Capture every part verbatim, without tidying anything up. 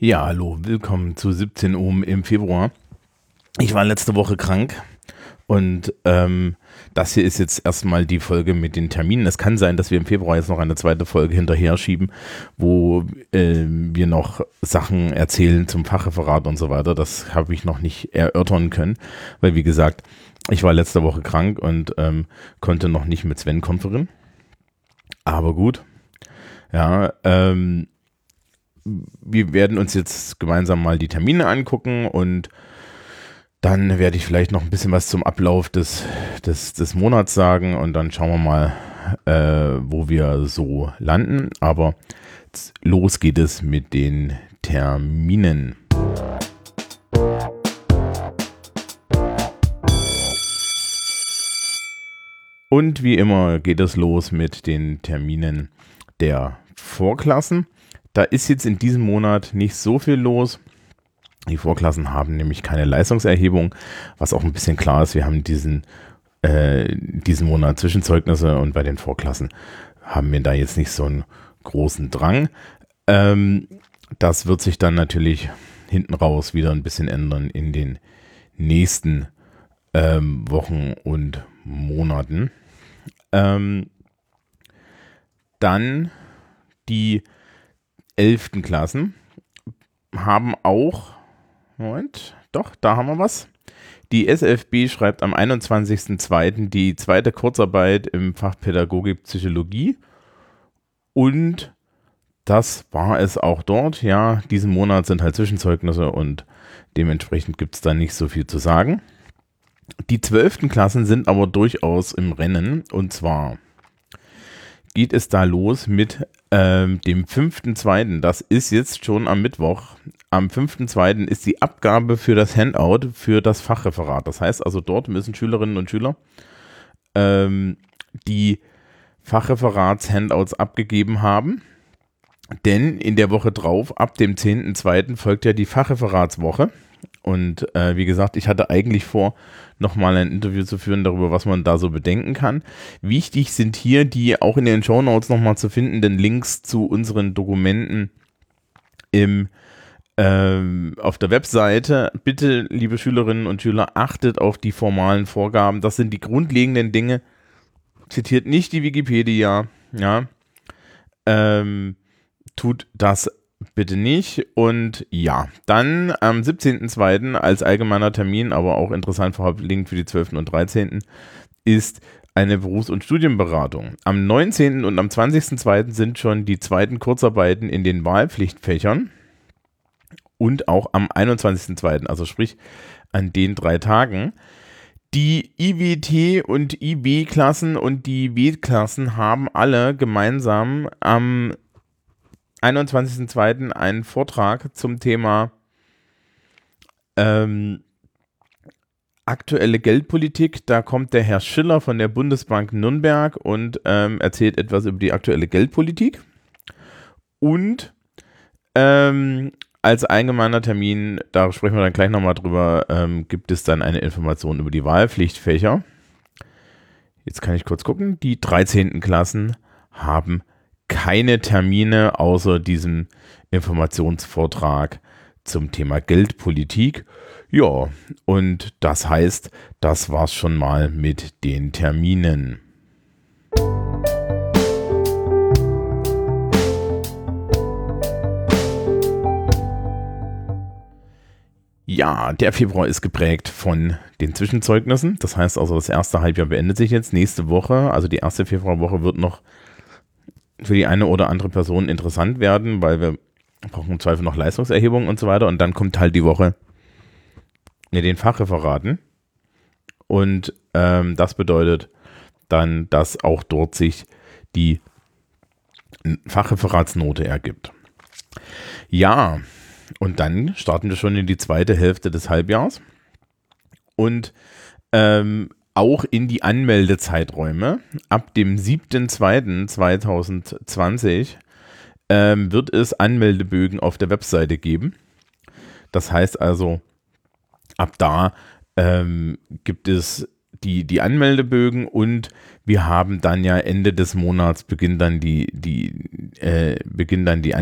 Ja, hallo, willkommen zu siebzehn Ohm im Februar. Ich war letzte Woche krank und ähm, das hier ist jetzt erstmal die Folge mit den Terminen. Es kann sein, dass wir im Februar jetzt noch eine zweite Folge hinterher schieben, wo äh, wir noch Sachen erzählen zum Fachreferat und so weiter. Das habe ich noch nicht erörtern können, weil wie gesagt, ich war letzte Woche krank und ähm, konnte noch nicht mit Sven konferieren. Aber gut, ja, ähm, wir werden uns jetzt gemeinsam mal die Termine angucken und dann werde ich vielleicht noch ein bisschen was zum Ablauf des, des, des Monats sagen und dann schauen wir mal, äh, wo wir so landen. Aber los geht es mit den Terminen. Und wie immer geht es los mit den Terminen der Vorklassen. Da ist jetzt in diesem Monat nicht so viel los. Die Vorklassen haben nämlich keine Leistungserhebung, was auch ein bisschen klar ist. Wir haben diesen, äh, diesen Monat Zwischenzeugnisse und bei den Vorklassen haben wir da jetzt nicht so einen großen Drang. Ähm, das wird sich dann natürlich hinten raus wieder ein bisschen ändern in den nächsten ähm, Wochen und Monaten. Ähm, dann die elften Klassen haben auch, Moment, doch, da haben wir was. Die S F B schreibt am einundzwanzigsten zweiten die zweite Kurzarbeit im Fach Pädagogik Psychologie und das war es auch dort. Ja, diesen Monat sind halt Zwischenzeugnisse und dementsprechend gibt es da nicht so viel zu sagen. Die zwölften Klassen sind aber durchaus im Rennen und zwar geht es da los mit ähm, dem fünften zweiten Das ist jetzt schon am Mittwoch. Am fünften zweiten ist die Abgabe für das Handout für das Fachreferat. Das heißt also, dort müssen Schülerinnen und Schüler ähm, die Fachreferatshandouts abgegeben haben. Denn in der Woche drauf, ab dem zehnten zweiten folgt ja die Fachreferatswoche. Und äh, wie gesagt, ich hatte eigentlich vor, nochmal ein Interview zu führen darüber, was man da so bedenken kann. Wichtig sind hier die auch in den Shownotes nochmal zu findenden Links zu unseren Dokumenten im, ähm, auf der Webseite. Bitte, liebe Schülerinnen und Schüler, achtet auf die formalen Vorgaben. Das sind die grundlegenden Dinge. Zitiert nicht die Wikipedia. Ja. Ähm, tut das bitte nicht. Und ja, dann am siebzehnten zweiten als allgemeiner Termin, aber auch interessant verlinkt für die zwölften und dreizehnten ist eine Berufs- und Studienberatung. Am neunzehnten und am zwanzigsten zweiten sind schon die zweiten Kurzarbeiten in den Wahlpflichtfächern und auch am einundzwanzigsten zweiten, also sprich an den drei Tagen. Die I W T und I B-Klassen und die W-Klassen haben alle gemeinsam am einundzwanzigsten zweiten einen Vortrag zum Thema ähm, aktuelle Geldpolitik. Da kommt der Herr Schiller von der Bundesbank Nürnberg und ähm, erzählt etwas über die aktuelle Geldpolitik. Und ähm, als allgemeiner Termin, da sprechen wir dann gleich nochmal drüber, ähm, gibt es dann eine Information über die Wahlpflichtfächer. Jetzt kann ich kurz gucken. Die dreizehnten Klassen haben keine Termine außer diesem Informationsvortrag zum Thema Geldpolitik. Ja, und das heißt, das war's schon mal mit den Terminen. Ja, der Februar ist geprägt von den Zwischenzeugnissen. Das heißt also, das erste Halbjahr beendet sich jetzt nächste Woche. Also die erste Februarwoche wird noch für die eine oder andere Person interessant werden, weil wir brauchen im Zweifel noch Leistungserhebung und so weiter. Und dann kommt halt die Woche mit den Fachreferaten. Und ähm, das bedeutet dann, dass auch dort sich die Fachreferatsnote ergibt. Ja, und dann starten wir schon in die zweite Hälfte des Halbjahres. Und ähm, auch in die Anmeldezeiträume. Ab dem siebten zweiten zweitausendzwanzig ähm, wird es Anmeldebögen auf der Webseite geben. Das heißt also, ab da ähm, gibt es die, die Anmeldebögen und wir haben dann ja Ende des Monats beginnt dann die, die, äh, beginnen dann die An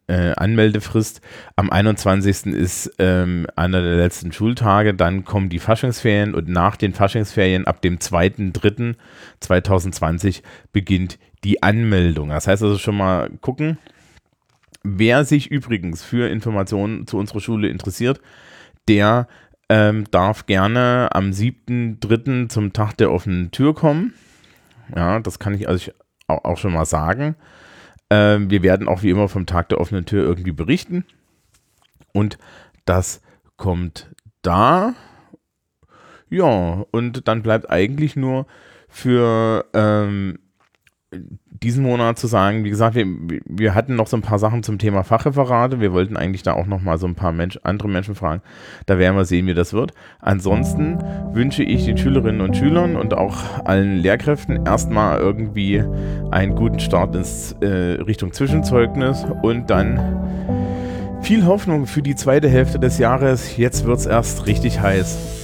äh, Anmeldefrist. Am einundzwanzigsten ist ähm, einer der letzten Schultage, dann kommen die Faschingsferien und nach den Faschingsferien ab dem zweiten dritten zweitausendzwanzig beginnt die Anmeldung. Das heißt also schon mal gucken, wer sich übrigens für Informationen zu unserer Schule interessiert, der ähm, darf gerne am siebten dritten zum Tag der offenen Tür kommen. Ja, das kann ich also auch schon mal sagen. Ähm, wir werden auch wie immer vom Tag der offenen Tür irgendwie berichten. Und das kommt da. Ja, und dann bleibt eigentlich nur für ähm, diesen Monat zu sagen, wie gesagt, wir, wir hatten noch so ein paar Sachen zum Thema Fachreferate. Wir wollten eigentlich da auch noch mal so ein paar Mensch, andere Menschen fragen. Da werden wir sehen, wie das wird. Ansonsten wünsche ich den Schülerinnen und Schülern und auch allen Lehrkräften erstmal irgendwie einen guten Start ins äh, Richtung Zwischenzeugnis und dann viel Hoffnung für die zweite Hälfte des Jahres. Jetzt wird es erst richtig heiß.